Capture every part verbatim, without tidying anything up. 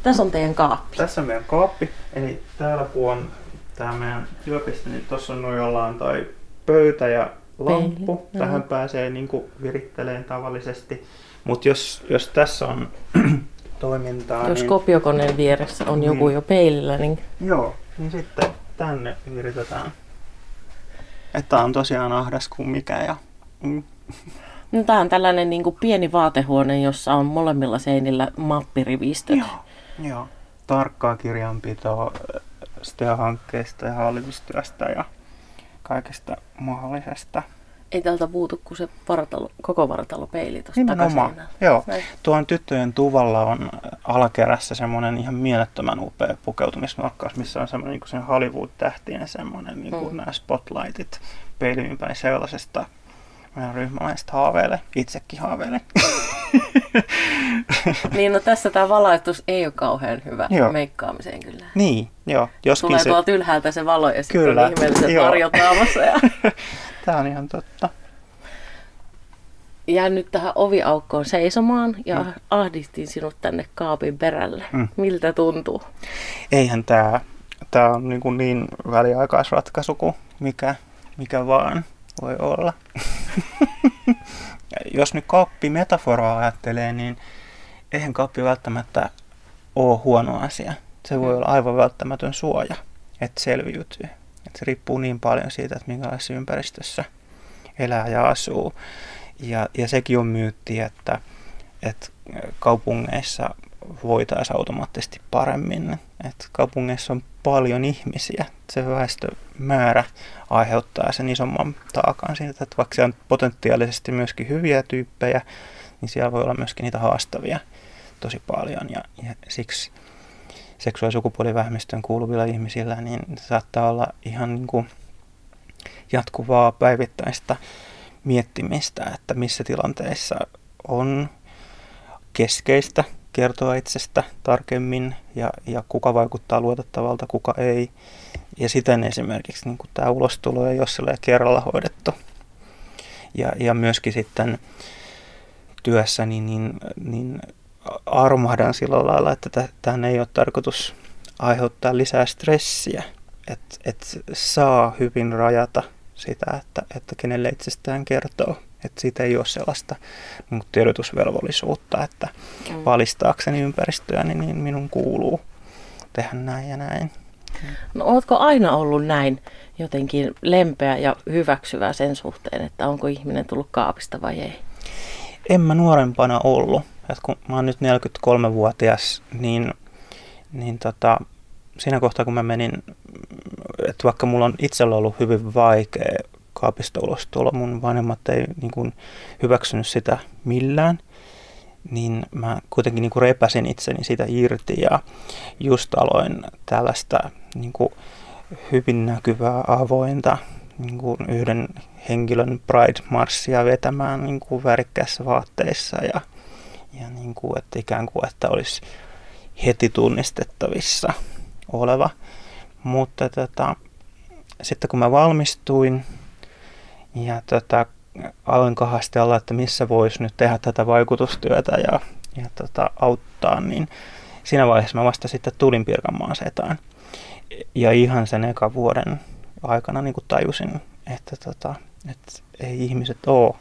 Tässä on teidän kaappi. Tässä on meidän kaappi. Eli täällä kun on tää meidän työpiste, niin tuossa on nojallaan toi pöytä ja lamppu. Peili. Tähän no. pääsee niinku viritteleen tavallisesti. Mutta jos, jos tässä on toimintaa... Jos niin, kopiokoneen vieressä on niin, joku jo peilillä, niin... Joo, niin sitten tänne viritetään. Että on tosiaan ahdas kuin mikä. Ja, mm. No, tää on tällainen niin kuin pieni vaatehuone, jossa on molemmilla seinillä mappirivistöt. Joo, joo. Tarkkaa kirjanpitoa STEA-hankkeesta ja hallitustyöstä ja kaikesta mahdollisesta. Ei tältä puutu kuin se vartalo, koko vartalopeili tuosta takaseinällä. Joo. Tuon tyttöjen tuvalla on alakerässä semmoinen ihan mielettömän upea pukeutumisnurkkaus, missä on semmoinen niin kuin Hollywood-tähtien semmoinen niin kuin mm. nämä spotlightit peilin ympäri sellaisesta. Meidän ryhmäläiset haaveille. Itsekin haaveille. Niin, no tässä tämä valaistus ei ole kauhean hyvä joo. meikkaamiseen kyllä. Niin, joo. Joskin tulee se... tuolta ylhäältä se valo ja sitten on ihmeelliset varjotaamassa. Ja... Tämä on ihan totta. Jään nyt tähän oviaukkoon seisomaan ja mm. ahdistin sinut tänne kaapin perälle. Mm. Miltä tuntuu? Eihän tämä, tämä on niin, kuin niin väliaikaisratkaisu kuin mikä, mikä vaan voi olla. Jos nyt kaappi-metaforaa ajattelee, niin eihän kaappi välttämättä ole huono asia. Se voi olla aivan välttämätön suoja, että selviytyy. Että se riippuu niin paljon siitä, että minkälaisessa ympäristössä elää ja asuu. Ja, ja sekin on myytti, että, että kaupungeissa voitaisiin automaattisesti paremmin. Että kaupungeissa on paljon ihmisiä. Se väestömäärä aiheuttaa sen isomman taakan siitä, että vaikka siellä on potentiaalisesti myöskin hyviä tyyppejä, niin siellä voi olla myöskin niitä haastavia tosi paljon. Ja, ja siksi seksuaali- ja sukupuolivähemmistöön kuuluvilla ihmisillä niin saattaa olla ihan niin kuin jatkuvaa päivittäistä miettimistä, että missä tilanteissa on keskeistä kertoa itsestä tarkemmin ja, ja kuka vaikuttaa luotettavalta, kuka ei. Ja siten esimerkiksi niin kuin tämä ulostulo ei ole sillä kerralla hoidettu. Ja, ja myöskin sitten työssä niin, niin, niin armahdan sillä lailla, että tähän ei ole tarkoitus aiheuttaa lisää stressiä. Että et saa hyvin rajata sitä, että, että kenelle itsestään kertoo. Että siitä ei ole sellaista niin tiedotusvelvollisuutta, että mm. valistaakseni ympäristöä, niin, niin minun kuuluu tehdä näin ja näin. No ootko aina ollut näin jotenkin lempeä ja hyväksyvä sen suhteen, että onko ihminen tullut kaapista vai ei? En mä nuorempana ollut. Et kun mä oon nyt neljäkymmentäkolmevuotias, niin, niin tota, siinä kohtaa kun mä menin, että vaikka mulla on itsellä ollut hyvin vaikea kaapista ulostulo, mun vanhemmat ei niin kuin hyväksynyt sitä millään, niin mä kuitenkin niin kuin repäsin itseni siitä irti ja just aloin tällaista niin kuin hyvin näkyvää avointa niin kuin yhden henkilön Pride-marssia vetämään niin kuin värikkäissä vaatteissa ja, ja niin kuin, että ikään kuin, että olisi heti tunnistettavissa oleva. Mutta tota, sitten kun mä valmistuin ja tota, aloin kahastella, että missä voisi nyt tehdä tätä vaikutustyötä ja, ja tota, auttaa, niin siinä vaiheessa mä vasta sitten tulin Pirkanmaan setaan. Ja ihan sen ekan vuoden aikana niin kuin tajusin, että, tota, että ei ihmiset ole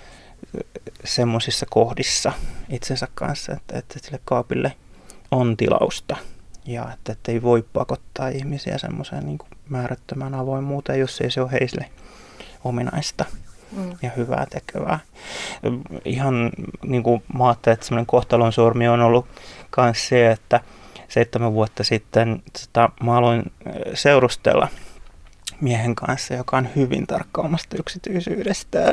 semmoisissa kohdissa itsensä kanssa, että, että sille kaapille on tilausta. Ja että, että ei voi pakottaa ihmisiä semmoiseen niin kuin määrättömään avoimuuteen, jos ei se ole heille ominaista mm. ja hyvää tekevää. Ihan niin kuin mä ajattelin, että semmoinen kohtalon sormi on ollut myös se, että seitsemän vuotta sitten tota, mä aloin seurustella miehen kanssa, joka on hyvin tarkka omasta yksityisyydestään.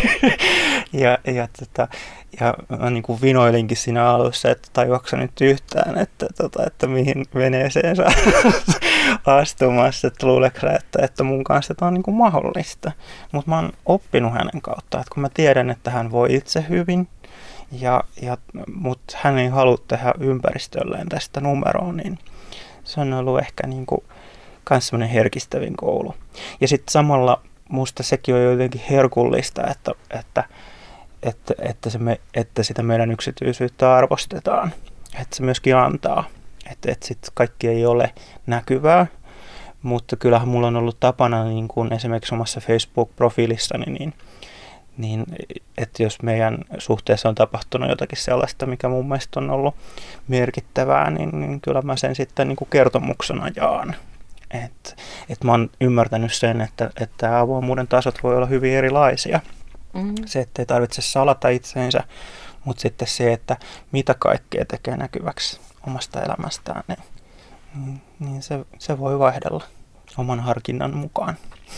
ja, ja, tota, ja mä niin kuin vinoilinkin siinä alussa, että tajuaksa nyt yhtään, että, tota, että mihin veneeseen saa astumassa. Että luuleeko että, että mun kanssa tämä on niin kuin mahdollista. Mutta mä oon oppinut hänen kautta, että kun mä tiedän, että hän voi itse hyvin, ja, ja, mutta hän ei halua tehdä ympäristölleen tästä numeroa, niin se on ollut ehkä niin kuin myös semmoinen herkistävin koulu. Ja sitten samalla musta sekin on jotenkin herkullista, että, että, että, että, se me, että sitä meidän yksityisyyttä arvostetaan. Että se myöskin antaa Että et sitten kaikki ei ole näkyvää, mutta kyllähän mulla on ollut tapana niin kun esimerkiksi omassa Facebook-profiilissani, niin, niin että jos meidän suhteessa on tapahtunut jotakin sellaista, mikä mun mielestä on ollut merkittävää, niin, niin kyllä mä sen sitten niin kun kertomuksena jaan. Että et mä oon ymmärtänyt sen, että, että avoimuuden tasot voi olla hyvin erilaisia. Mm. Se, että ei tarvitse salata itseensä, mutta sitten se, että mitä kaikkea tekee näkyväksi omasta elämästään, niin, niin, niin se, se voi vaihdella oman harkinnan mukaan.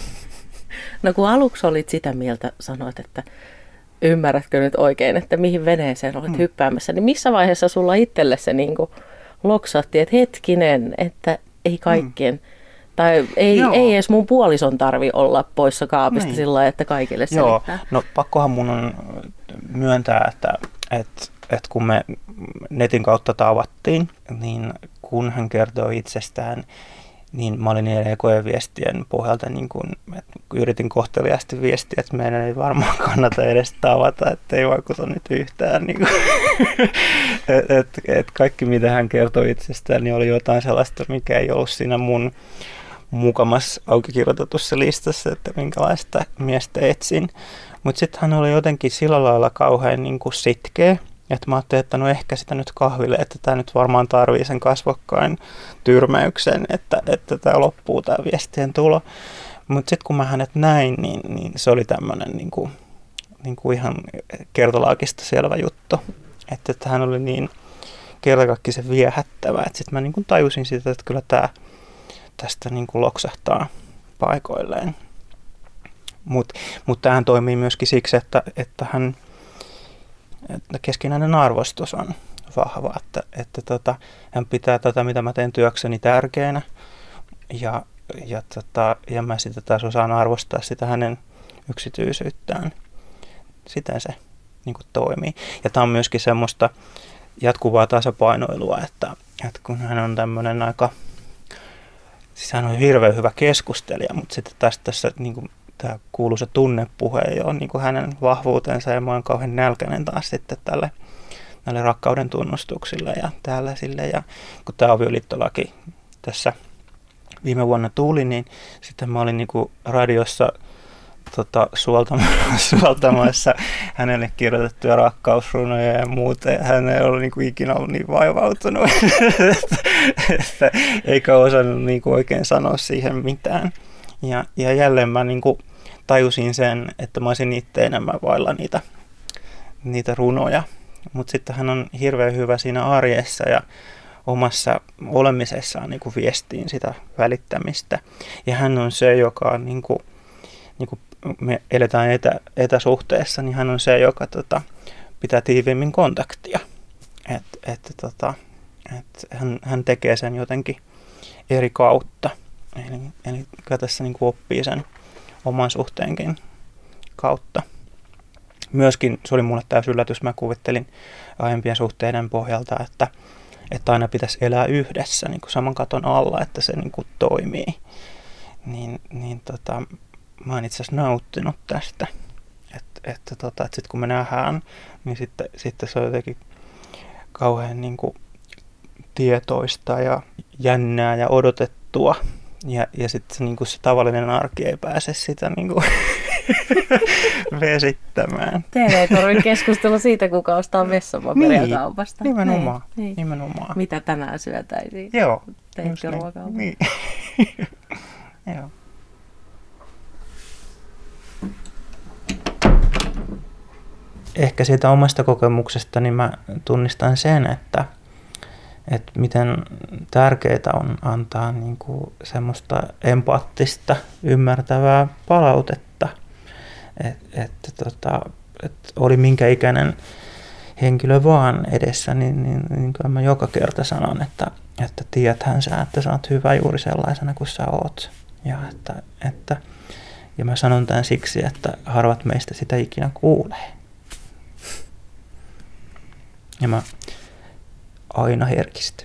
No kun aluksi olit sitä mieltä, sanoit, että ymmärrätkö nyt oikein, että mihin veneeseen olet mm. hyppäämässä, niin missä vaiheessa sulla itselle se niin kuin loksahti, että hetkinen, että ei kaikkien, mm. tai ei, ei edes mun puolison tarvi olla poissa kaapista niin. Sillä lailla, että kaikille selittää. Joo, no pakkohan mun on myöntää, että, että, että kun me netin kautta tavattiin, niin kun hän kertoi itsestään, niin mä olin niiden ekojen viestien pohjalta, niin kun, että yritin kohteliaasti viestiä, että meidän ei varmaan kannata edes tavata, että ei vaikuta nyt yhtään. Niin et, et, et kaikki mitä hän kertoi itsestään, niin oli jotain sellaista, mikä ei ollut siinä mun mukamas auki kirjoitetussa listassa, että minkälaista miestä etsin. Mutta sitten hän oli jotenkin sillä lailla kauhean niin kuin sitkeä, että mä ajattelin, että no ehkä sitä nyt kahville, että tämä nyt varmaan tarvii sen kasvokkain tyrmäyksen, että, että tämä loppuu tämä viestien tulo. Mutta sitten kun mä hänet näin, niin, niin se oli tämmöinen niin kuin, niin kuin ihan kertolaakista selvä juttu. Että, että hän oli niin kertakaikkisen viehättävä, että sitten mä niin kuin tajusin sitä, että kyllä tämä tästä niin kuin loksahtaa paikoilleen. Mutta mut tämähän toimii myöskin siksi, että, että, hän, että keskinäinen arvostus on vahva. Että, että tota, hän pitää tätä, mitä mä teen työkseni, tärkeänä. Ja, ja, tota, ja mä sitten taas osaan arvostaa sitä hänen yksityisyyttään. Siten se niin kuin toimii. Ja tämä on myöskin semmoista jatkuvaa tasapainoilua, että, että kun hän on tämmöinen aika... Siis hän on hirveän hyvä keskustelija, mutta sitten tästä tässä niin kuin, tämä kuuluisa tunnepuhe ei ole niin kuin hänen vahvuutensa ja mä oon kauhean nälkäinen taas sitten tälle, näille rakkauden tunnustuksille ja tällaisille. Ja kun tämä avioliittolaki tässä viime vuonna tuli, niin sitten mä olin niin kuin radiossa tota, suoltamassa hänelle kirjoitettuja rakkausrunoja ja muuta. Ja hän ei ollut niin kuin ikinä ollut niin vaivautunut, että, että eikä osannut niin kuin oikein sanoa siihen mitään. Ja, ja jälleen mä niin kuin tajusin sen, että mä olisin itse enemmän vailla niitä, niitä runoja. Mutta sitten hän on hirveän hyvä siinä arjessa ja omassa olemisessaan niin kuin viestiin sitä välittämistä. Ja hän on se, joka on niin kuin, niin kuin me eletään etä, etäsuhteessa, niin hän on se, joka tota, pitää tiiviimmin kontaktia. Et, et, tota, et hän, hän tekee sen jotenkin eri kautta. Eli, eli tässä niin kuin oppii sen oman suhteenkin kautta. Myöskin se oli mulle täysin yllätys. Mä kuvittelin aiempien suhteiden pohjalta, että, että aina pitäisi elää yhdessä niin kuin saman katon alla, että se niin kuin toimii. Niin, niin tota, mä oon itse asiassa nauttinut tästä, että, että, tota, että sitten kun me nähdään, niin sitten, sitten se on jotenkin kauhean niin kuin tietoista ja jännää ja odotettua. Ja, ja sitten se, niin kuin se tavallinen arki ei pääse sitä niin kuin vesittämään. Teillä ei tarvitse keskustella siitä, kuka ostaa vessapaperia niin, kaupasta. Nimenomaan, niin. nimenomaan. Mitä tänään syötäisiin? Joo. Teitkö ruokailua? Niin. Joo. Ehkä siitä omasta kokemuksesta niin mä tunnistan sen, että, että miten tärkeää on antaa niin kuin semmoista empaattista, ymmärtävää palautetta. Että et, tota, et oli minkä ikäinen henkilö vaan edessä, niin, niin, niin kyllä mä joka kerta sanon, että, että tiedäthän sä, että sä oot hyvä juuri sellaisena kuin sä oot. Ja, että, että, ja mä sanon tämän siksi, että harvat meistä sitä ikinä kuulee. Ja mä aina herkistyn.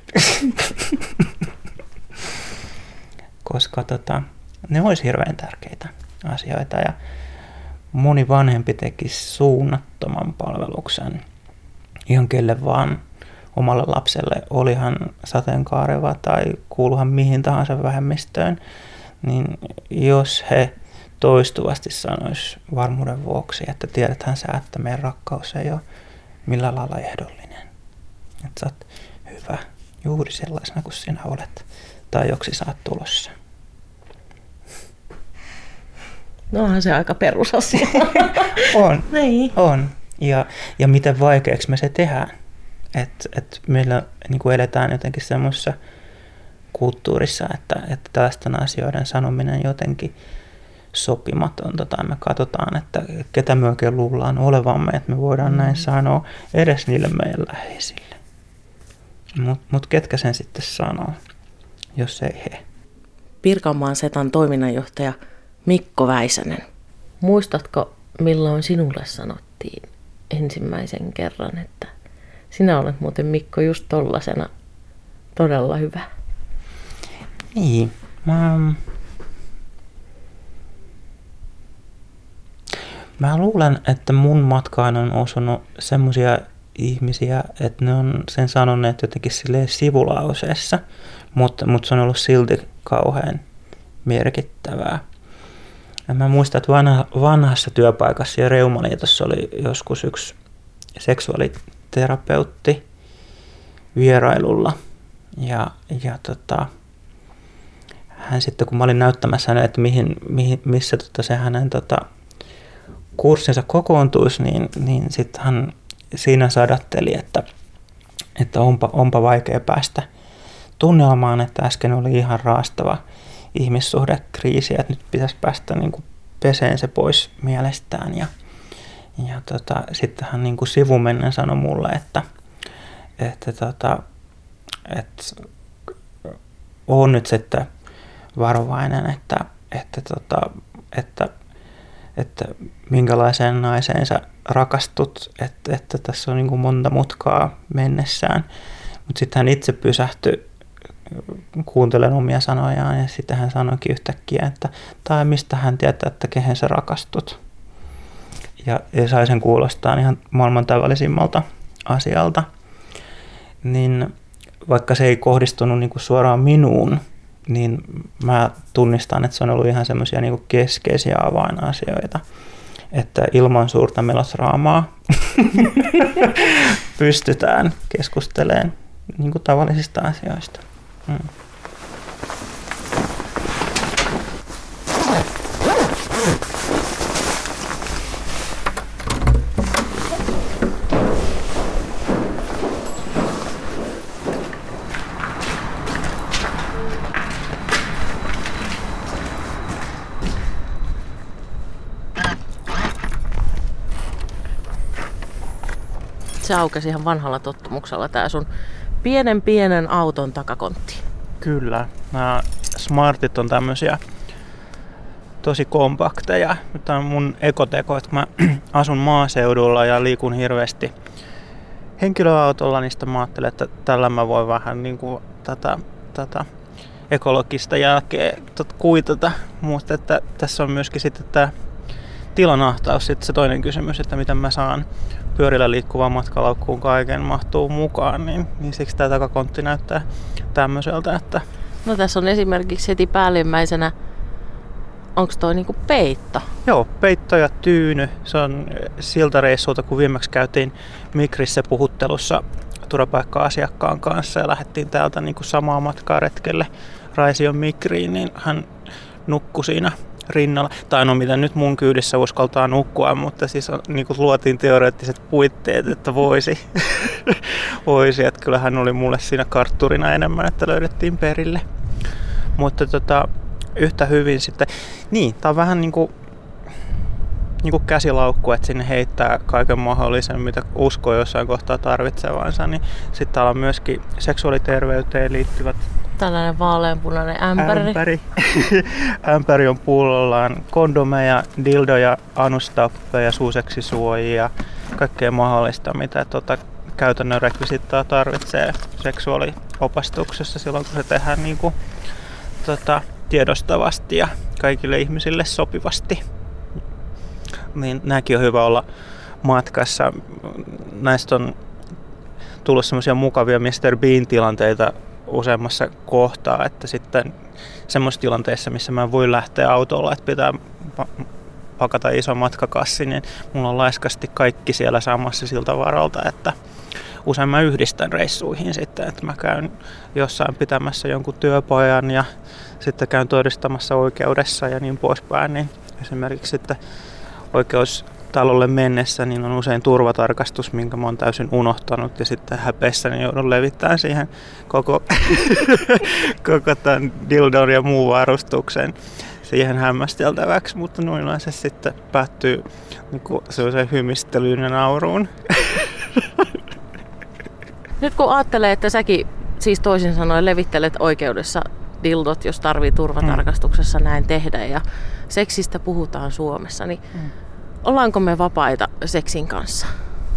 Koska tota, ne olisi hirveän tärkeitä asioita. Ja moni vanhempi tekisi suunnattoman palveluksen ihan kelle vaan omalle lapselle, olihan sateenkaareva tai kuuluhan mihin tahansa vähemmistöön, niin jos he toistuvasti sanois varmuuden vuoksi, että tiedäthän sä, että meidän rakkaus ei ole millään lailla ehdollinen. Että sä oot hyvä juuri sellaisena kuin sinä olet tai joksi sä oot tulossa. No onhan se aika perusasia. On, niin. on. Ja, ja miten vaikeaksi me se tehdään. Että et meillä niin kuin eletään jotenkin semmoisessa kulttuurissa, että, että tällaisten asioiden sanominen jotenkin sopimatonta. Tai me katsotaan, että ketä me oikein luullaan olevamme, että me voidaan mm. näin sanoa edes niille meidän läheisille. Mutta mut ketkä sen sitten sanoo, jos ei he? Pirkanmaan Setan toiminnanjohtaja Mikko Väisänen. Muistatko, milloin sinulle sanottiin ensimmäisen kerran, että sinä olet muuten, Mikko, just tollasena todella hyvä? Niin, mä, mä luulen, että mun matkaan on osunut semmoisia ihmisiä, että ne on sen sanoneet jotenkin silleen sivulauseessa, mutta, mutta se on ollut silti kauhean merkittävää. Ja mä muistan, että vanha, vanhassa työpaikassa ja Reumaliitossa oli joskus yksi seksuaaliterapeutti vierailulla. Ja, ja tota, hän sitten, kun mä olin näyttämässä hänelle, että mihin, mihin, missä tota se hänen tota, kurssinsa kokoontuisi, niin, niin sitten hän siinä sadatteli, että, että onpa, onpa vaikea päästä tunnelmaan, että äsken oli ihan raastava ihmissuhdekriisi, että nyt pitäisi päästä niin kuin peseen se pois mielestään. Ja, ja tota, sitten hän niin kuin sivumennen sanoi mulle, että, että, tota, että on nyt sitten varovainen, että, että, tota, että, että minkälaiseen naiseen sä rakastut, että, että tässä on niin kuin monta mutkaa mennessään. Mutta sitten hän itse pysähtyi kuuntelen omia sanojaan ja sitten hän sanoikin yhtäkkiä, että tai mistä hän tietää, että kehen sä rakastut. Ja, ja sai sen kuulostaa ihan maailman tavallisimmalta asialta. Niin vaikka se ei kohdistunut niinku suoraan minuun, niin mä tunnistan, että se on ollut ihan semmoisia niinku keskeisiä avainasioita. Että ilman suurta melodraamaa pystytään keskustelemaan niinku tavallisista asioista. Hmm. Se aukesi ihan vanhalla tottumuksella tää sun pienen pienen auton takakontti. Kyllä. Nämä smartit on tämmöisiä tosi kompakteja. Tämä on mun ekoteko, että kun mä asun maaseudulla ja liikun hirveästi henkilöautolla, niin sitten mä ajattelen, että tällä mä voin vähän niin kuin tätä, tätä ekologista jälkeä kuitata. Mutta että tässä on myöskin sitten tämä tilanahtaus, sitten se toinen kysymys, että miten mä saan pyörillä liikkuvaan matkalaukkuun kaiken mahtuu mukaan, niin, niin siksi tämä takakontti näyttää tämmöiseltä, että... No tässä on esimerkiksi heti päällimmäisenä, onko toi niinku peitto? Joo, peitto ja tyyny. Se on siltä reissulta, kun viimeksi käytiin Migrissä puhuttelussa turvapaikka-asiakkaan kanssa ja lähdettiin täältä niinku samaa matkaa retkelle Raision Migriin, niin hän nukkui siinä rinnalla. Tai no mitä nyt mun kyydissä uskaltaa nukkua, mutta siis on, niin kuin luotiin teoreettiset puitteet, että voisi. voisi, että kyllähän oli mulle siinä kartturina enemmän, että löydettiin perille. Mutta tota, yhtä hyvin sitten, niin, tää on vähän niin kuin, niin kuin käsilaukku, että sinne heittää kaiken mahdollisen, mitä uskoo jossain kohtaa tarvitsevansa, niin sitten täällä on myöskin seksuaaliterveyteen liittyvät tällainen vaaleanpunainen ämpäri. Ämpäri. Ämpäri on pullollaan kondomeja, dildoja, anustappeja, suuseksisuojia, kaikkea mahdollista, mitä tuota, käytännön rekvisittaa tarvitsee seksuaaliopastuksessa silloin, kun se tehdään niin kuin, tuota, tiedostavasti ja kaikille ihmisille sopivasti. Niin nämäkin on hyvä olla matkassa. Näistä on tullut semmoisia mukavia mister Bean-tilanteita useammassa kohtaa, että sitten semmoisissa tilanteissa, missä mä voin lähteä autolla, että pitää pakata iso matkakassi, niin mulla on laiskasti kaikki siellä samassa siltä varalta, että usein mä yhdistän reissuihin sitten, että mä käyn jossain pitämässä jonkun työpajan ja sitten käyn todistamassa oikeudessa ja niin poispäin, niin esimerkiksi sitten oikeustalolle mennessä niin on usein turvatarkastus, minkä mä oon täysin unohtanut ja sitten häpeessä niin joudun levittämään siihen koko, koko tämän dildon ja muun varustuksen siihen hämmästeltäväksi, mutta noin se sitten päättyy niin sellaiseen hymistelyyn ja nauruun. Nyt kun ajattelee, että säkin siis toisin sanoen levittelet oikeudessa dildot, jos tarvii turvatarkastuksessa mm. näin tehdä ja seksistä puhutaan Suomessa, niin mm. ollaanko me vapaita seksin kanssa?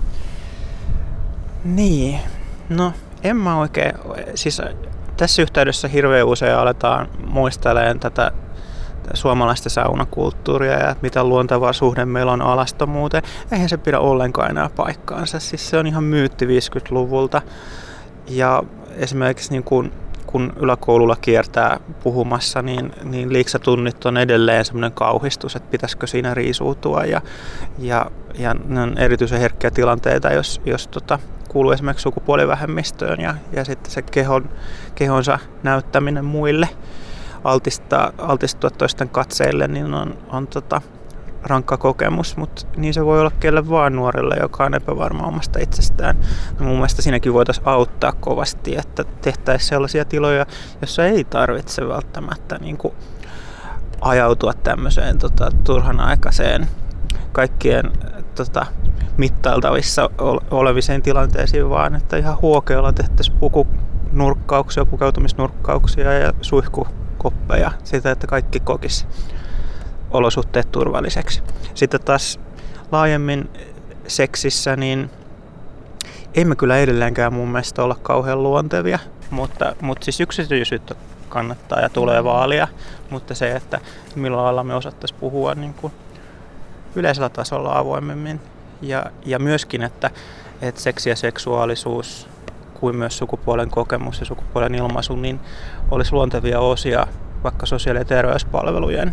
Niin, no en mä oikein, siis tässä yhteydessä hirveän usein aletaan muistelemaan tätä suomalaista saunakulttuuria ja mitä luonteva suhde meillä on alastomuuteen. Eihän se pidä ollenkaan enää paikkaansa. Siis se on ihan myytti viisikymmentäluvulta. Ja esimerkiksi niin kun, kun yläkoululla kiertää puhumassa, niin, niin liiksatunnit on edelleen semmoinen kauhistus, että pitäisikö siinä riisuutua. Ja, ja, ja ne on erityisen herkkiä tilanteita, jos, jos tota, kuuluu esimerkiksi sukupuolivähemmistöön ja, ja sitten se kehon, kehonsa näyttäminen muille. Altistaa, altistua toisten katseille, niin on, on tota, rankka kokemus, mutta niin se voi olla kelle vaan nuorelle, joka on epävarma omasta itsestään. No, mun mielestä siinäkin voitaisiin auttaa kovasti, että tehtäisiin sellaisia tiloja, joissa ei tarvitse välttämättä niin kuin ajautua tämmöiseen tota, turhanaikaiseen kaikkien tota, mittailtavissa oleviseen tilanteisiin, vaan että ihan huokealla tehtäisiin pukunurkkauksia, pukeutumisnurkkauksia ja suihku koppeja, sitä, että kaikki kokisi olosuhteet turvalliseksi. Sitten taas laajemmin seksissä, niin ei me kyllä edelleenkään mun mielestä olla kauhean luontevia, mutta, mutta siis yksityisyyttä kannattaa ja tulee vaalia, mutta se, että millä lailla me osattaisiin puhua niin kuin yleisellä tasolla avoimemmin ja, ja myöskin, että, että seksi ja seksuaalisuus kuin myös sukupuolen kokemus ja sukupuolen ilmaisu, niin olisi luontevia osia vaikka sosiaali- ja terveyspalvelujen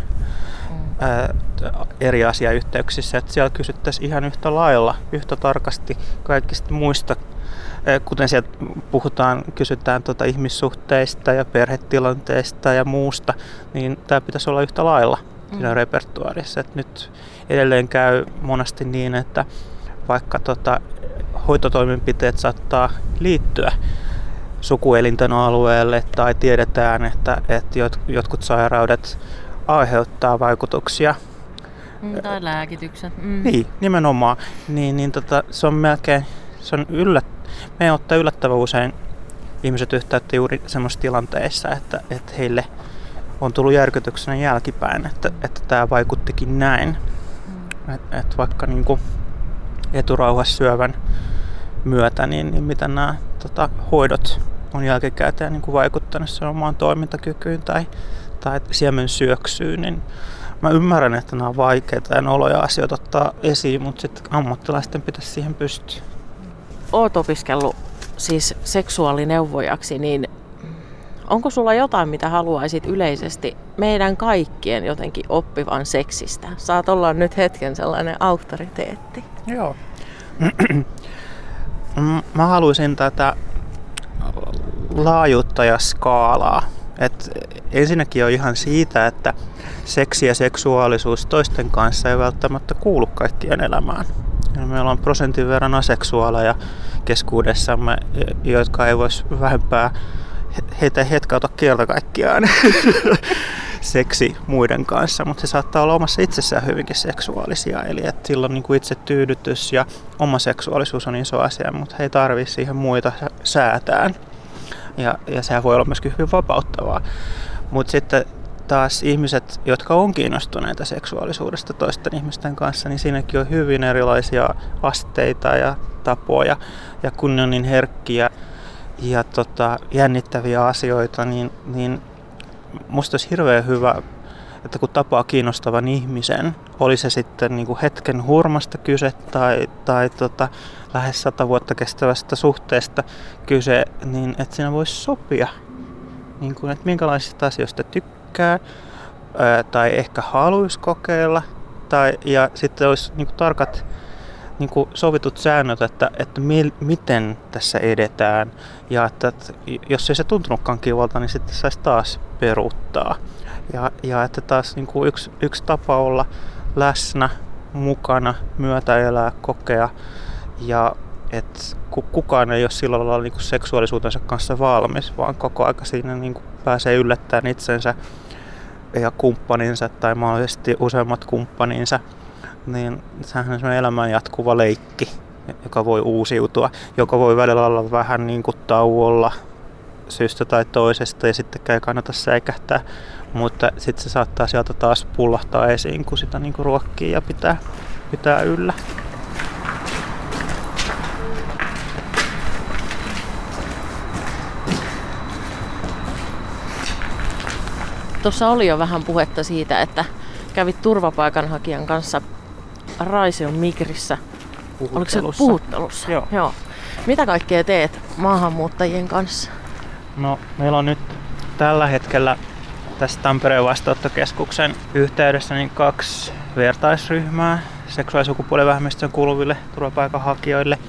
ää, eri asiayhteyksissä, että siellä kysyttäisiin ihan yhtä lailla, yhtä tarkasti kaikista muista, ää, kuten sieltä puhutaan, kysytään tuota ihmissuhteista ja perhetilanteista ja muusta, niin tämä pitäisi olla yhtä lailla siinä mm. repertuaarissa. Et nyt edelleen käy monesti niin, että vaikka tota, hoitotoimenpiteet saattaa liittyä sukuelinten alueelle tai tiedetään, että, että jotkut sairaudet aiheuttaa vaikutuksia. Mm, tai lääkitykset. Mm. Niin, nimenomaan. Niin, niin tota, se on melkein, se on yllät, meidän ottaa yllättävän usein ihmiset yhteyttä juuri semmoisissa tilanteissa, että, että heille on tullut järkytyksenä jälkipäin, että, että tämä vaikuttikin näin. Mm. Että et vaikka niinku eturauhassyövän myötä, niin, niin miten nämä tota, hoidot on jälkikäteen niin kuin vaikuttanut sen omaan toimintakykyyn tai, tai siemen syöksyyn, niin mä ymmärrän, että nämä on vaikeita ja noloja asioita ottaa esiin, mutta sitten ammattilaisten pitäisi siihen pystyä. Oot opiskellut siis seksuaalineuvojaksi, niin onko sulla jotain, mitä haluaisit yleisesti meidän kaikkien jotenkin oppivan seksistä? Saat olla nyt hetken sellainen auktoriteetti. Joo. Mä haluaisin tätä laajuutta ja skaalaa. Et ensinnäkin on ihan siitä, että seksi ja seksuaalisuus toisten kanssa ei välttämättä kuulu kaikkien elämään. Ja meillä on prosentin verran aseksuaaleja keskuudessamme, jotka ei voisi vähempää, heitä ei hetkauta kieltä kaikkiaan seksi muiden kanssa, mutta se saattaa olla omassa itsessään hyvinkin seksuaalisia. Eli että silloin niin kuin itse tyydytys ja oma seksuaalisuus on iso asia, mutta he ei tarvitse siihen muita säätään. Ja, ja sehän voi olla myöskin hyvin vapauttavaa. Mutta sitten taas ihmiset, jotka on kiinnostuneita seksuaalisuudesta toisten ihmisten kanssa, niin siinäkin on hyvin erilaisia asteita ja tapoja. Ja kun ne on niin herkkiä ja tota, jännittäviä asioita, niin, niin musta olisi hirveän hyvä että kun tapaa kiinnostavan ihmisen, oli se sitten niin kuin hetken hurmasta kyse tai, tai tota, lähes sata vuotta kestävästä suhteesta kyse, niin että siinä voisi sopia, niin kuin, että minkälaisista asioista tykkää ää, tai ehkä haluaisi kokeilla. Tai, ja sitten olisi niin kuin tarkat niin kuin sovitut säännöt, että, että mi, miten tässä edetään. Ja että, että jos ei se tuntunutkaan kivalta, niin sitten saisi taas peruuttaa. Ja, ja että taas niin kuin yksi, yksi tapa olla läsnä, mukana, myötäelää, kokea. Ja että kukaan ei ole sillä lailla niin kuin seksuaalisuutensa kanssa valmis, vaan koko aika siinä niin kuin pääsee yllättämään itsensä ja kumppaninsa tai mahdollisesti useammat kumppaninsa. Niin sehän on semmoinen elämän jatkuva leikki, joka voi uusiutua, joka voi välillä olla vähän niin kuin tauolla syystä tai toisesta ja sittenkään ei kannata säikähtää, mutta sitten se saattaa sieltä taas pullahtaa esiin, kun sitä niin kuin ruokkii ja pitää, pitää yllä. Tuossa oli jo vähän puhetta siitä, että kävit turvapaikanhakijan kanssa Raision Migrissä. Oliko se puhuttelussa? Joo. Joo. Mitä kaikkea teet maahanmuuttajien kanssa? No, meillä on nyt tällä hetkellä tässä Tampereen vastaanottokeskuksen yhteydessä niin kaksi vertaisryhmää seksuaali- ja sukupuolivähemmistöön kuuluville turvapaikanhakijoille.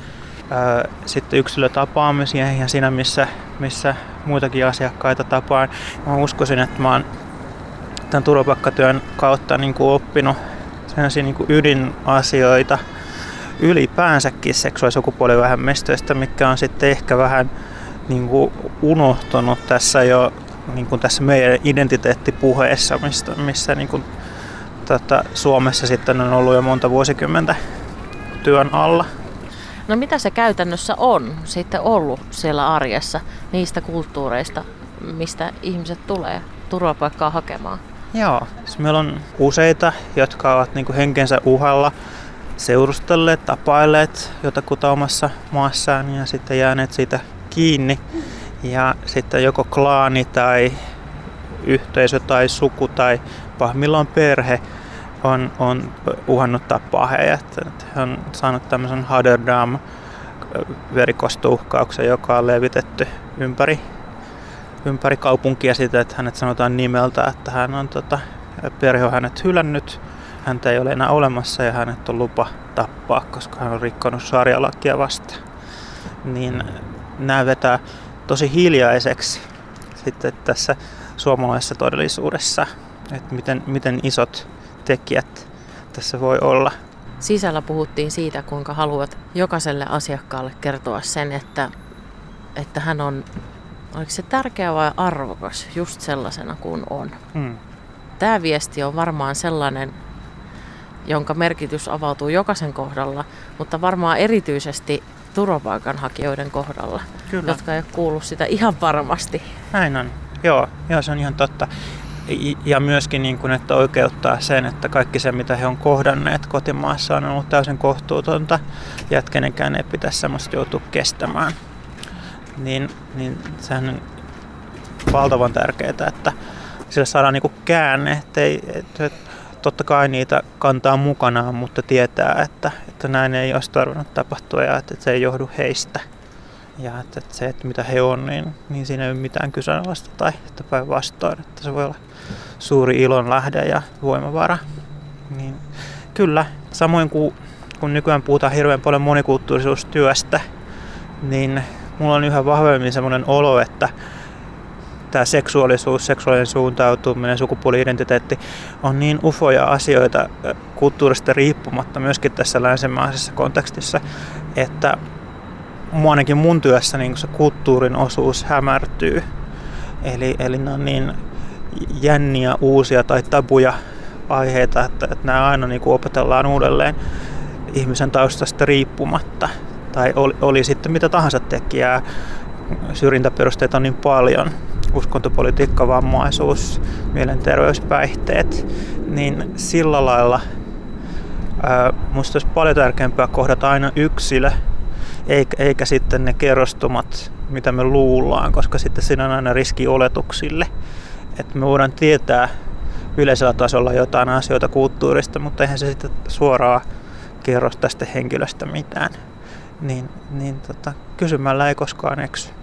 Sitten yksilötapaamisia ja siinä, missä, missä muitakin asiakkaita tapaan. Mä uskoisin, että mä oon tämän turvapaikkatyön kautta niin kuin oppinut sellaisia niin kuin ydinasioita ylipäänsäkin seksuaali- ja sukupuolivähemmistöistä, mikä on sitten ehkä vähän niin kuin unohtunut tässä jo niin kuin tässä meidän identiteettipuheessa, mistä, missä niin kuin, tota, Suomessa sitten on ollut jo monta vuosikymmentä työn alla. No mitä se käytännössä on sitten ollut siellä arjessa niistä kulttuureista, mistä ihmiset tulee turvapaikkaa hakemaan? Joo, siis meillä on useita, jotka ovat niin kuin henkensä uhalla seurustelleet, tapailleet jotakuta omassa maassaan ja sitten jääneet siitä kiinni. Ja sitten joko klaani tai yhteisö tai suku tai pahimmillaan perhe on, on uhannut tappaa heidät. He on saanut tämmöisen Hadderdam verikostouhkauksen, joka on levitetty ympäri, ympäri kaupunkia sitä, että hänet sanotaan nimeltä, että hän on, tota, perhe on hänet hylännyt, häntä ei ole enää olemassa ja hänet on lupa tappaa, koska hän on rikkonut sarjalakia vastaan. Niin nämä vetää tosi hiljaiseksi sitten tässä suomalaisessa todellisuudessa, että miten, miten isot tekijät tässä voi olla. Sisällä puhuttiin siitä, kuinka haluat jokaiselle asiakkaalle kertoa sen, että, että hän on, oliko se tärkeä vai arvokas just sellaisena kuin on. Hmm. Tämä viesti on varmaan sellainen, jonka merkitys avautuu jokaisen kohdalla, mutta varmaan erityisesti turvapaikanhakijoiden kohdalla, Kyllä. jotka ei ole kuullut sitä ihan varmasti. Näin on. Joo, joo, se on ihan totta. Ja myöskin, niin kuin, että oikeuttaa sen, että kaikki se, mitä he on kohdanneet kotimaassa, on ollut täysin kohtuutonta ja että kenenkään ei pitäisi semmoista joutua kestämään. Niin, niin sehän on valtavan tärkeää, että sillä saadaan niin kuin käänne, että ei, että totta kai niitä kantaa mukanaan, mutta tietää, että, että näin ei olisi tarvinnut tapahtua ja että se ei johdu heistä. Ja että, että se, että mitä he on, niin, niin siinä ei ole mitään kyseenalaista tai että päinvastoin, että se voi olla suuri ilon lähde ja voimavara. Niin, kyllä, samoin kuin kun nykyään puhutaan hirveän paljon monikulttuurisuustyöstä, niin mulla on yhä vahvemmin semmoinen olo, että tämä seksuaalisuus, seksuaalinen suuntautuminen, sukupuoli-identiteetti on niin ufoja asioita kulttuurista riippumatta myöskin tässä länsimaisessa kontekstissa, että ainakin mun työssä niin se kulttuurin osuus hämärtyy. Eli, eli ne on niin jänniä, uusia tai tabuja aiheita, että, että nämä aina niin kuin opetellaan uudelleen ihmisen taustasta riippumatta. Tai oli, oli sitten mitä tahansa tekijää. Syrjintäperusteita on niin paljon. Uskontopolitiikka, vammaisuus, mielenterveys, päihteet. Niin sillä lailla ää, musta olisi paljon tärkeämpää kohdata aina yksilö, eikä, eikä sitten ne kerrostumat, mitä me luullaan, koska sitten siinä on aina riski oletuksille. Että me voidaan tietää yleisellä tasolla jotain asioita kulttuurista, mutta eihän se sitten suoraan kerro tästä henkilöstä mitään. Niin, niin tota, kysymällä ei koskaan eksy.